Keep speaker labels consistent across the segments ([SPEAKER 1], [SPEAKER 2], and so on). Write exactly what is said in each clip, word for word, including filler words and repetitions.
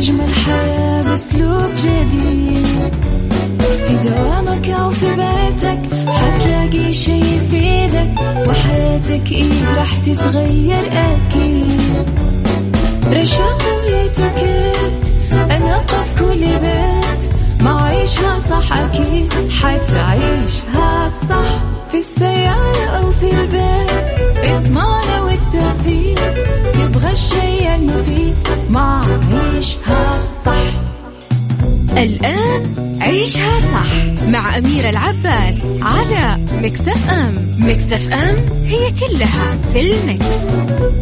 [SPEAKER 1] أجمل حياة بأسلوب جديد. في دوامك أو في بيتك حتلاقي شي يفيدك، وحياتك إيه راح تتغير أكيد. رشاق ويتكت أنا قف كل بيت، ما عيشها صح أكيد حتعيشها صح. في السيارة أو في البيت اسمعنا والتوفيق، تبغى الشيء المفيد ما عيشها صح.
[SPEAKER 2] الآن عيشها صح مع أميرة العباس على ميكس اف ام. ميكس اف ام هي كلها في الميكس.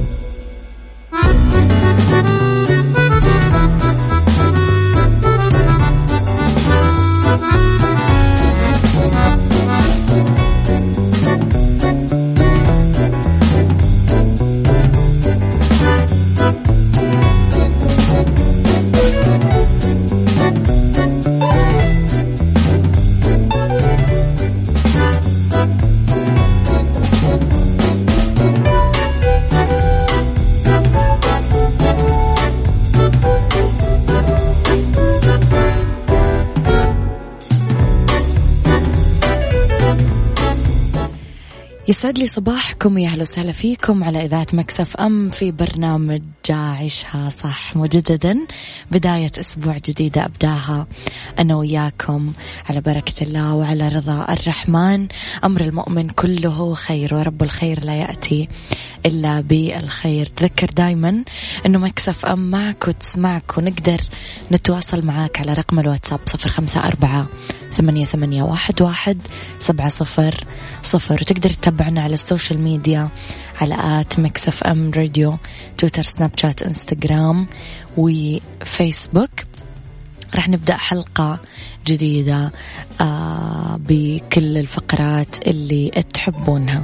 [SPEAKER 2] يسعد لي صباحكم، يا أهلا وسهلا فيكم على إذاعة ميكس اف ام في برنامج عيشها صح. مجددا بداية أسبوع جديدة أبداها أنا وياكم على بركة الله وعلى رضا الرحمن. أمر المؤمن كله خير، ورب الخير لا يأتي إلا بالخير. تذكر دايما أنه ميكس اف ام معك وتسمعك، ونقدر نتواصل معك على رقم الواتساب صفر خمسة أربعة ثمانية ثمانية واحد واحد سبعة صفر صفر. وتقدر تتابعنا على السوشيال ميديا على آت ميكس اف ام راديو، تويتر، سناب شات، انستغرام وفيسبوك. رح نبدأ حلقة جديدة آه بكل الفقرات اللي تحبونها.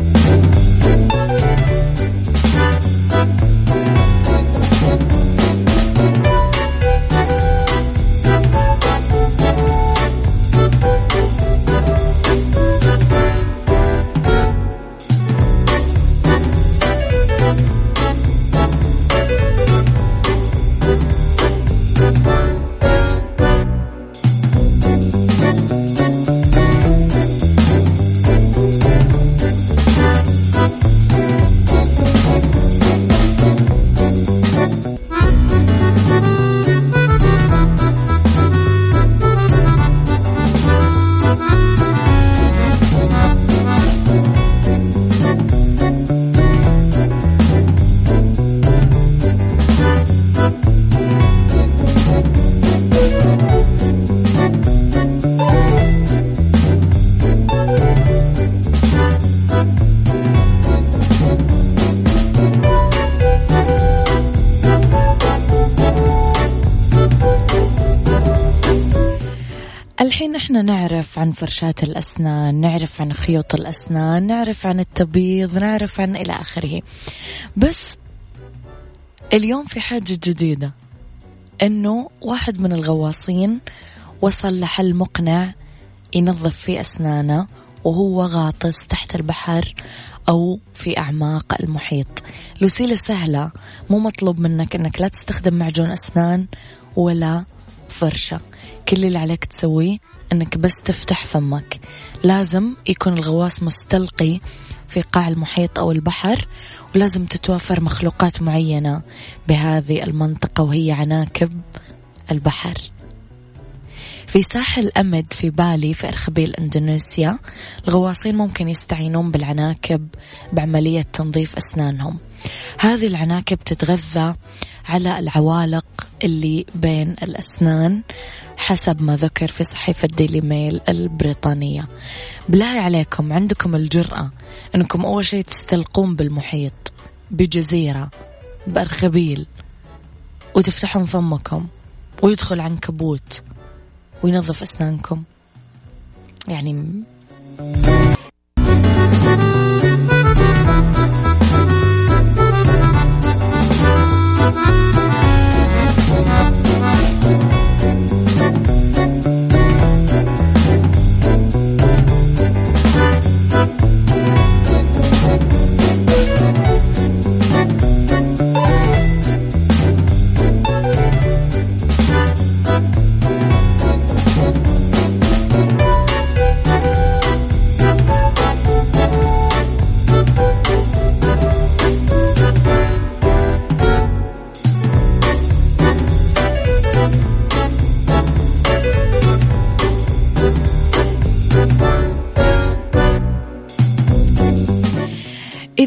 [SPEAKER 2] الحين احنا نعرف عن فرشات الأسنان، نعرف عن خيوط الأسنان، نعرف عن التبييض، نعرف عن إلى آخره. بس اليوم في حاجة جديدة، إنه واحد من الغواصين وصل لحل مقنع ينظف فيه أسنانه وهو غاطس تحت البحر أو في أعماق المحيط. الوسيلة سهلة، مو مطلوب منك إنك لا تستخدم معجون أسنان ولا فرشة. كل اللي عليك تسويه إنك بس تفتح فمك. لازم يكون الغواص مستلقي في قاع المحيط أو البحر، ولازم تتوافر مخلوقات معينة بهذه المنطقة وهي عناكب البحر. في ساحل أمد في بالي في أرخبيل إندونيسيا، الغواصين ممكن يستعينون بالعناكب بعملية تنظيف أسنانهم. هذه العناكب تتغذى على العوالق اللي بين الأسنان حسب ما ذكر في صحيفة ديلي ميل البريطانية. بالله عليكم، عندكم الجرأة أنكم أول شيء تستلقون بالمحيط بجزيرة بأرخبيل وتفتحون فمكم ويدخل عنكبوت وينظف أسنانكم؟ يعني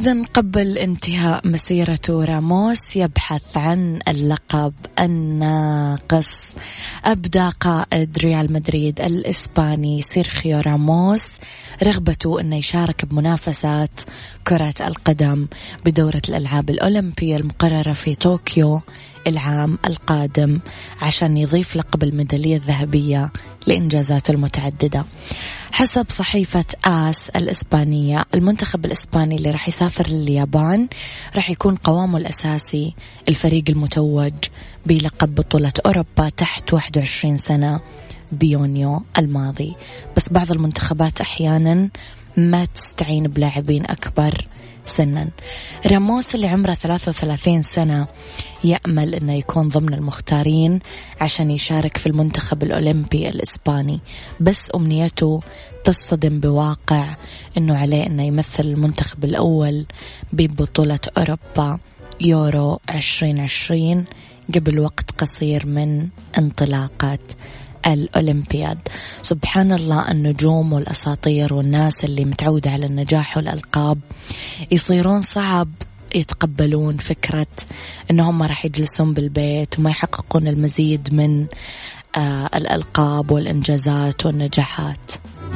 [SPEAKER 2] إذن قبل انتهاء مسيرته راموس يبحث عن اللقب الناقص. أبدى قائد ريال مدريد الإسباني سيرخيو راموس رغبته أنه يشارك بمنافسات كرة القدم بدورة الألعاب الأولمبية المقررة في طوكيو العام القادم عشان يضيف لقب الميدالية الذهبية لإنجازاته المتعددة. حسب صحيفة آس الإسبانية، المنتخب الإسباني اللي راح يسافر لليابان راح يكون قوامه الأساسي الفريق المتوج بلقب بطولة أوروبا تحت واحد وعشرين سنة بيونيو الماضي. بس بعض المنتخبات أحيانا ما تستعين بلاعبين أكبر سنا. راموس اللي عمره ثلاثة وثلاثين سنة يأمل أنه يكون ضمن المختارين عشان يشارك في المنتخب الأولمبي الإسباني، بس أمنيته تصطدم بواقع أنه عليه أنه يمثل المنتخب الأول ببطولة أوروبا يورو عشرين عشرين قبل وقت قصير من انطلاقة الأولمبياد. سبحان الله، النجوم والأساطير والناس اللي متعودة على النجاح والألقاب يصيرون صعب يتقبلون فكرة أنهم راح يجلسون بالبيت وما يحققون المزيد من آه الألقاب والإنجازات والنجاحات.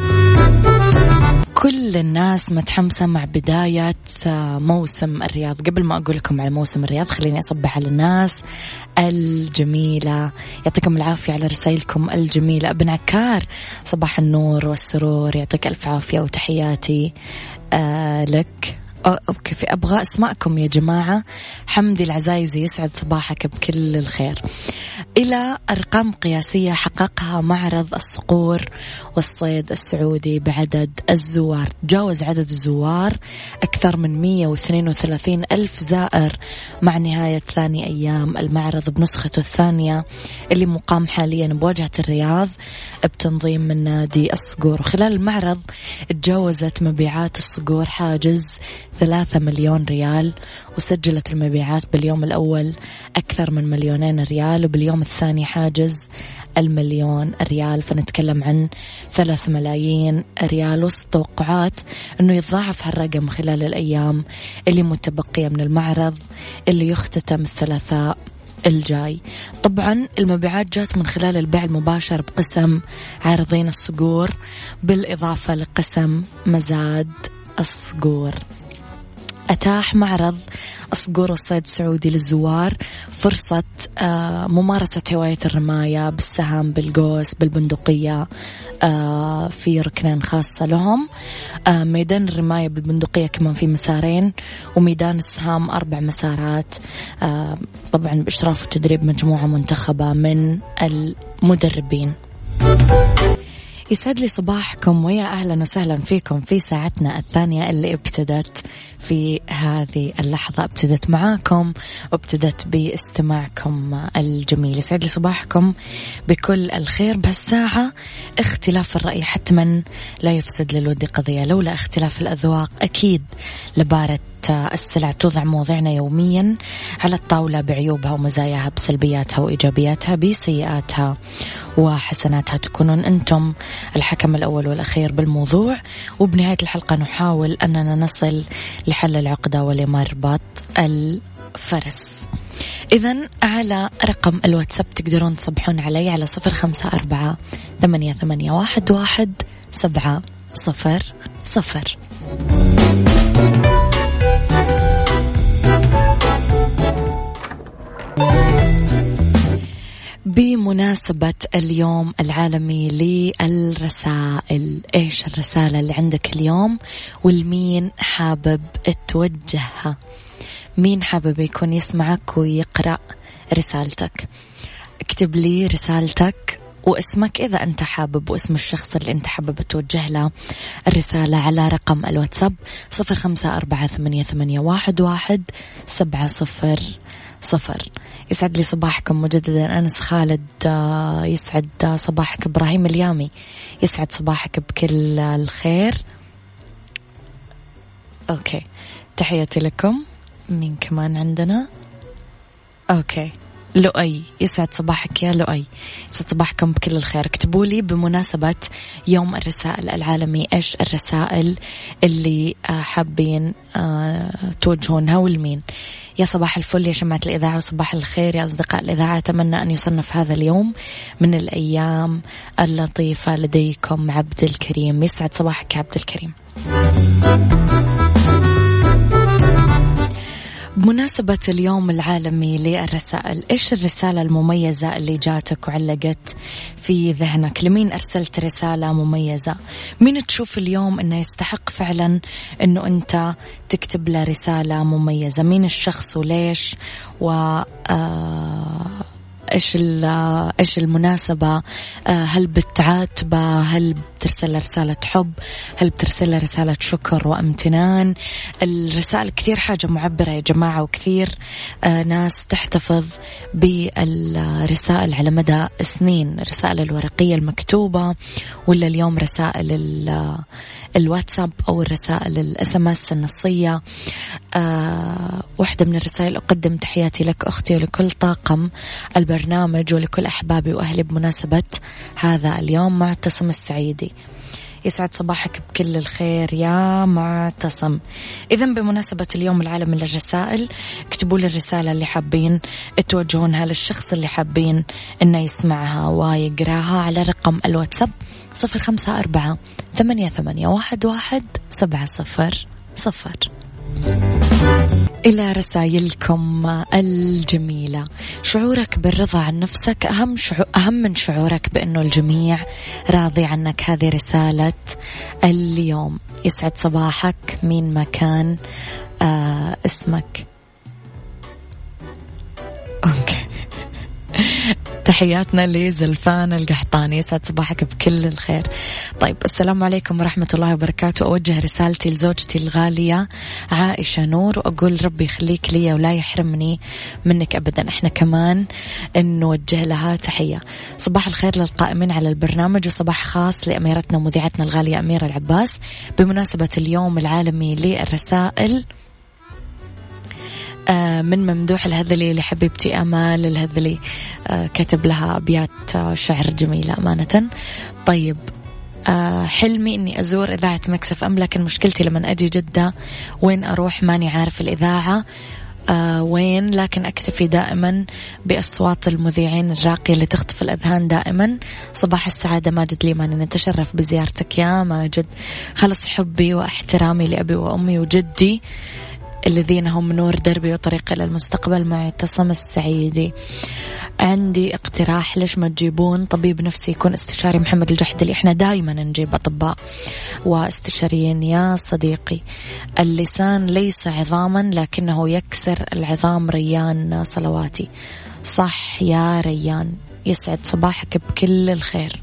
[SPEAKER 2] كل الناس متحمسة مع بداية موسم الرياض. قبل ما أقول لكم على موسم الرياض خليني أصبح على الناس الجميلة، يعطيكم العافية على رسائلكم الجميلة. ابن عكار صباح النور والسرور، يعطيك ألف عافية وتحياتي آه لك. أوكي، في أبغى أسمعكم يا جماعة. حمدي العزايزي يسعد صباحك بكل الخير. إلى أرقام قياسية حققها معرض الصقور والصيد السعودي بعدد الزوار. تجاوز عدد الزوار أكثر من مئة واثنين وثلاثين ألف زائر مع نهاية ثاني أيام المعرض بنسخته الثانية اللي مقام حاليا بواجهة الرياض بتنظيم من نادي الصقور. وخلال المعرض تجاوزت مبيعات الصقور حاجز ثلاثة مليون ريال، وسجلت المبيعات باليوم الأول أكثر من مليونين ريال، وباليوم الثاني حاجز المليون ريال، فنتكلم عن ثلاث ملايين ريال. وسط توقعات أنه يتضاعف هالرقم خلال الأيام اللي متبقية من المعرض اللي يختتم الثلاثاء الجاي. طبعا المبيعات جات من خلال البيع المباشر بقسم عارضين الصقور بالإضافة لقسم مزاد الصقور. أتاح معرض الصقور والصيد السعودي للزوار فرصة ممارسة هواية الرماية بالسهم، بالقوس، بالبندقية في ركنين خاصة لهم. ميدان الرماية بالبندقية كمان في مسارين، وميدان السهام أربع مسارات، طبعا بإشراف وتدريب مجموعة منتخبة من المدربين. يسعد لي صباحكم ويا أهلا وسهلا فيكم في ساعتنا الثانية اللي ابتدت في هذه اللحظة، ابتدت معاكم وابتدت باستماعكم الجميل. يسعد لي صباحكم بكل الخير. بهالساعة اختلاف الرأي حتما لا يفسد للود قضية، لولا اختلاف الأذواق أكيد لبارة السلع. توضع مواضيعنا يوميا على الطاولة بعيوبها ومزاياها، بسلبياتها وإيجابياتها، بسيئاتها وحسناتها. تكونون أنتم الحكم الأول والأخير بالموضوع، وبنهاية الحلقة نحاول أننا نصل لحل العقدة ولمربط الفرس. إذن على رقم الواتساب تقدرون تصبحون علي على صفر خمسة أربعة ثمانية ثمانية واحد واحد سبعة صفر صفر. بمناسبة اليوم العالمي للرسائل، إيش الرسالة اللي عندك اليوم والمين حابب توجهها؟ مين حابب يكون يسمعك ويقرأ رسالتك؟ اكتب لي رسالتك واسمك إذا أنت حابب، واسم الشخص اللي أنت حابب توجه له الرسالة على رقم الواتساب صفر خمسة أربعة ثمانية ثمانية واحد واحد سبعة صفر صفر. يسعد لي صباحكم مجددا أنس خالد، يسعد صباحك إبراهيم اليامي، يسعد صباحك بكل الخير. أوكي، تحياتي لكم. مين كمان عندنا؟ أوكي لؤي، يسعد صباحك يا لؤي، يسعد صباحكم بكل الخير. اكتبوا لي بمناسبة يوم الرسائل العالمي إيش الرسائل اللي حابين توجهونها والمين. يا صباح الفل يا شمعة الإذاعة، وصباح الخير يا أصدقاء الإذاعة. أتمنى أن يصنف هذا اليوم من الأيام اللطيفة لديكم. عبد الكريم، يسعد صباحك يا عبد الكريم. بمناسبة اليوم العالمي للرسائل، إيش الرسالة المميزة اللي جاتك وعلقت في ذهنك؟ لمين أرسلت رسالة مميزة؟ مين تشوف اليوم أنه يستحق فعلا أنه أنت تكتب له رسالة مميزة؟ مين الشخص وليش؟ و آه إيش إيش المناسبة؟ هل بتعاتبه؟ هل بترسل رسالة حب؟ هل بترسل رسالة شكر وامتنان؟ الرسائل كثير حاجة معبرة يا جماعة، وكثير ناس تحتفظ بالرسائل على مدى سنين، الرسائل الورقية المكتوبة، ولا اليوم رسائل الواتساب أو الرسائل الاس ام اس النصية. أه واحدة من الرسائل: أقدم تحياتي لك أختي ولكل طاقم البرنامج ولكل أحبابي وأهلي بمناسبة هذا اليوم. معتصم السعيدي، يسعد صباحك بكل الخير يا معتصم. إذن بمناسبة اليوم العالمي للرسائل، اكتبوا لي الرسالة اللي حابين توجهونها للشخص اللي حابين إنه يسمعها ويقراها على رقم الواتساب صفر خمسة أربعة ثمانية ثمانية واحد واحد سبعة صفر صفر. إلى رسائلكم الجميلة. شعورك بالرضا عن نفسك أهم شعور أهم من شعورك بأنه الجميع راضي عنك. هذه رسالة اليوم. يسعد صباحك مين ما كان آه اسمك. أوكي. تحياتنا لزلفان القحطاني، يسعد صباحك بكل الخير. طيب، السلام عليكم ورحمة الله وبركاته. أوجه رسالتي لزوجتي الغالية عائشة نور، وأقول ربي يخليك لي ولا يحرمني منك أبدا. إحنا كمان نوجه لها تحية. صباح الخير للقائمين على البرنامج، وصباح خاص لأميرتنا ومذيعتنا الغالية أميرة العباس بمناسبة اليوم العالمي للرسائل. من ممدوح الهذلي لحبيبتي أمال الهذلي، كتب لها أبيات شعر جميلة أمانة. طيب، حلمي أني أزور إذاعة مكسف أم، لكن مشكلتي لما أجي جدة وين أروح ماني عارف الإذاعة وين، لكن أكتفي دائما بأصوات المذيعين الراقية اللي تخطف الأذهان دائما. صباح السعادة ماجد ليماني، نتشرف بزيارتك يا ماجد. خلص حبي واحترامي لأبي وأمي وجدي الذين هم نور دربي وطريق إلى المستقبل. معتصم السعيدي، عندي اقتراح، ليش ما تجيبون طبيب نفسي يكون استشاري محمد الجحدلي؟ احنا دائما نجيب أطباء واستشاريين يا صديقي. اللسان ليس عظاما لكنه يكسر العظام. ريان صلواتي، صح يا ريان، يسعد صباحك بكل الخير.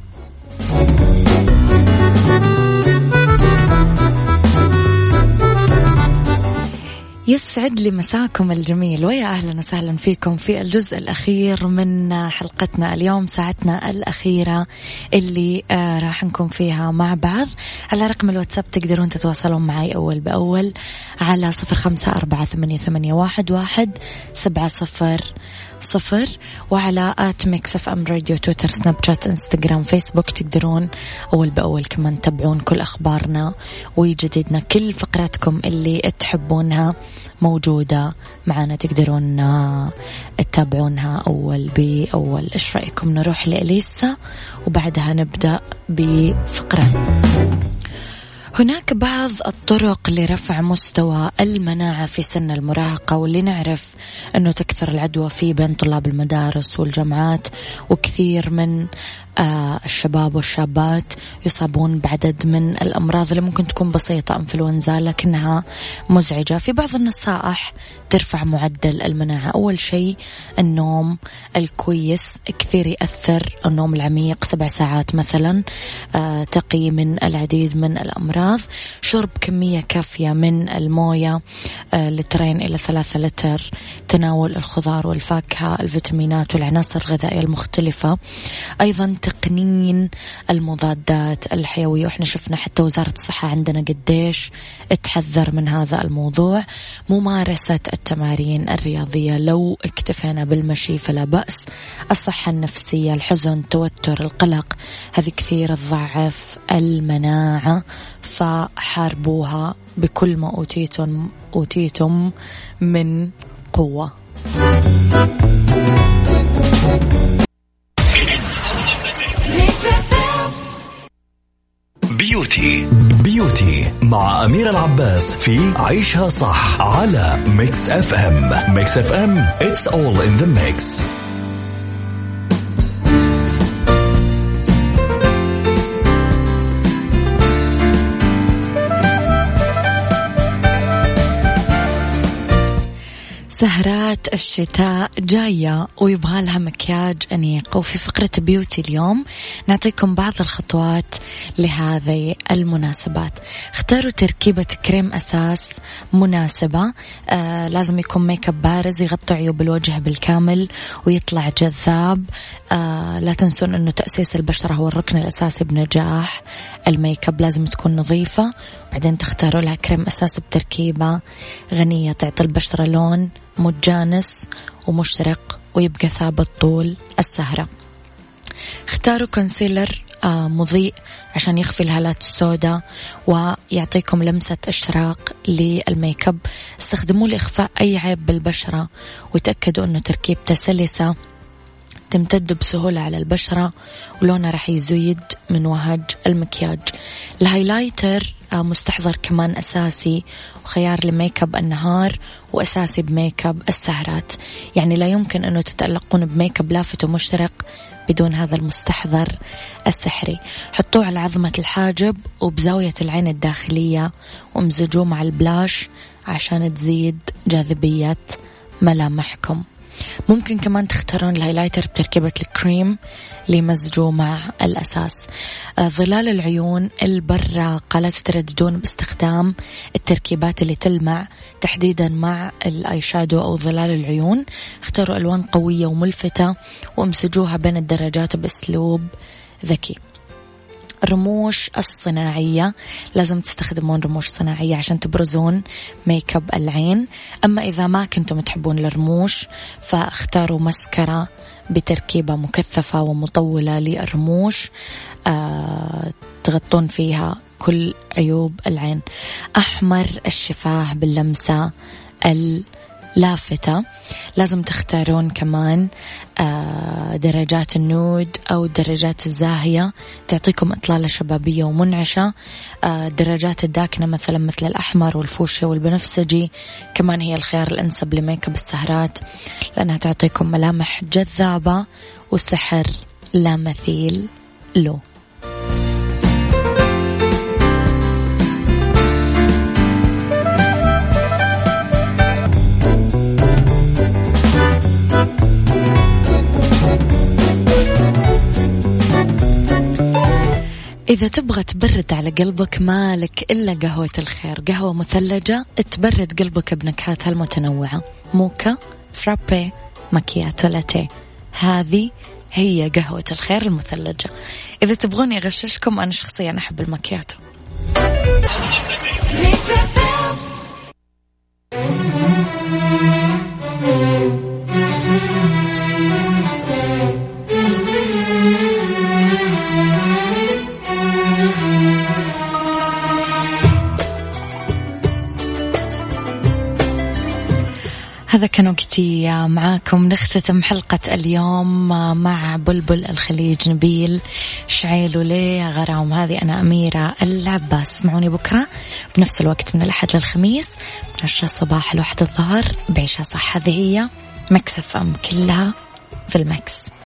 [SPEAKER 2] يسعد لي مساكم الجميل، ويا أهلا وسهلا فيكم في الجزء الأخير من حلقتنا اليوم، ساعتنا الأخيرة اللي آه راح نكون فيها مع بعض. على رقم الواتساب تقدرون تتواصلون معي أول بأول على صفر خمسة أربعة ثمانية ثمانية واحد واحد سبعة صفر صفر، وعلى آت ميكس اف ام راديو، تويتر، سناب شات، انستغرام، فيسبوك. تقدرون أول بأول كمان تتابعون كل أخبارنا وجديدنا. كل فقراتكم اللي تحبونها موجودة معنا، تقدرون تتابعونها أول بأول. إيش رأيكم نروح لإليسا وبعدها نبدأ بفقرة. هناك بعض الطرق لرفع مستوى المناعة في سن المراهقة، واللي نعرف أنه تكثر العدوى فيه بين طلاب المدارس والجامعات، وكثير من آه الشباب والشابات يصابون بعدد من الأمراض اللي ممكن تكون بسيطة، إنفلونزا، لكنها مزعجة. في بعض النصائح ترفع معدل المناعة. أول شيء النوم الكويس، كثير يأثر النوم العميق، سبع ساعات مثلا، آه تقي من العديد من الأمراض. الأمراض. شرب كمية كافية من الموية لترين إلى ثلاثة لتر. تناول الخضار والفاكهة، الفيتامينات والعناصر الغذائية المختلفة. أيضا تقنين المضادات الحيوية، وإحنا شفنا حتى وزارة الصحة عندنا قديش تحذر من هذا الموضوع. ممارسة التمارين الرياضية، لو اكتفينا بالمشي فلا بأس. الصحة النفسية، الحزن، التوتر، القلق، هذه كثير تضعف المناعة، فحاربوها بكل ما أوتيتم أوتيتم من قوة.
[SPEAKER 3] بيوتي بيوتي مع أميرة العباس في عيشها صح على ميكس اف ام. ميكس اف ام it's all in the mix.
[SPEAKER 2] سهرات الشتاء جاية ويبغى لها مكياج أنيق، وفي فقرة بيوتي اليوم نعطيكم بعض الخطوات لهذه المناسبات. اختاروا تركيبة كريم أساس مناسبة. آه لازم يكون ميك اب بارز يغطي عيوب الوجه بالكامل ويطلع جذاب. آه لا تنسون أنه تأسيس البشرة هو الركن الأساسي بنجاح الميك اب. لازم تكون نظيفة، بعدين تختاروا لها كريم أساس بتركيبة غنية تعطي البشرة لون متجانس ومشرق ويبقى ثابت طول السهرة. اختاروا كونسيلر آه مضيء عشان يخفي الهالات السوداء ويعطيكم لمسة إشراق للميك اب. استخدموه لإخفاء أي عيب بالبشرة وتأكدوا أنه تركيبته سلسة تمتد بسهولة على البشرة ولونها راح يزيد من وهج المكياج. الهايلايتر مستحضر كمان أساسي وخيار لميك اب النهار وأساسي بميك اب السهرات، يعني لا يمكن أنه تتألقون بميك اب لافت ومشرق بدون هذا المستحضر السحري. حطوه على عظمة الحاجب وبزاوية العين الداخلية وامزجوه مع البلاش عشان تزيد جاذبية ملامحكم. ممكن كمان تختارون الهايلايتر بتركيبة الكريم لمزجه مع الأساس. آه ظلال العيون البراقة لا تترددون باستخدام التركيبات اللي تلمع تحديدا مع الآي شادو أو ظلال العيون. اختاروا ألوان قوية وملفتة وامسجوها بين الدرجات بأسلوب ذكي. الرموش الصناعية لازم تستخدمون رموش صناعية عشان تبرزون ميك اب العين. أما إذا ما كنتم تحبون الرموش فاختاروا مسكرة بتركيبة مكثفة ومطولة للرموش آه تغطون فيها كل عيوب العين. أحمر الشفاه باللمسة اللافتة. لازم تختارون كمان آه درجات النود أو درجات الزاهية تعطيكم إطلالة شبابية ومنعشة. آه درجات الداكنة مثلا مثل الأحمر والفوشيا والبنفسجي كمان هي الخيار الأنسب لميك اب السهرات لأنها تعطيكم ملامح جذابة وسحر لا مثيل له. إذا تبغى تبرد على قلبك مالك إلا قهوة الخير، قهوة مثلجة تبرد قلبك بنكهاتها المتنوعة، موكا، فرابي، ماكياتو، لاتيه. هذه هي قهوة الخير المثلجة. إذا تبغوني أغششكم أنا شخصيا أحب الماكياتو. هذا كان وقتي معاكم. نختتم حلقة اليوم مع بلبل الخليج نبيل شعيل وليه غرام. هذه أنا أميرة العباس. اسمعوني بكرة بنفس الوقت من الأحد للخميس من عشرة الصباح لواحد الظهر بعيشها صح. هذه هي ميكس اف ام كلها في الميكس.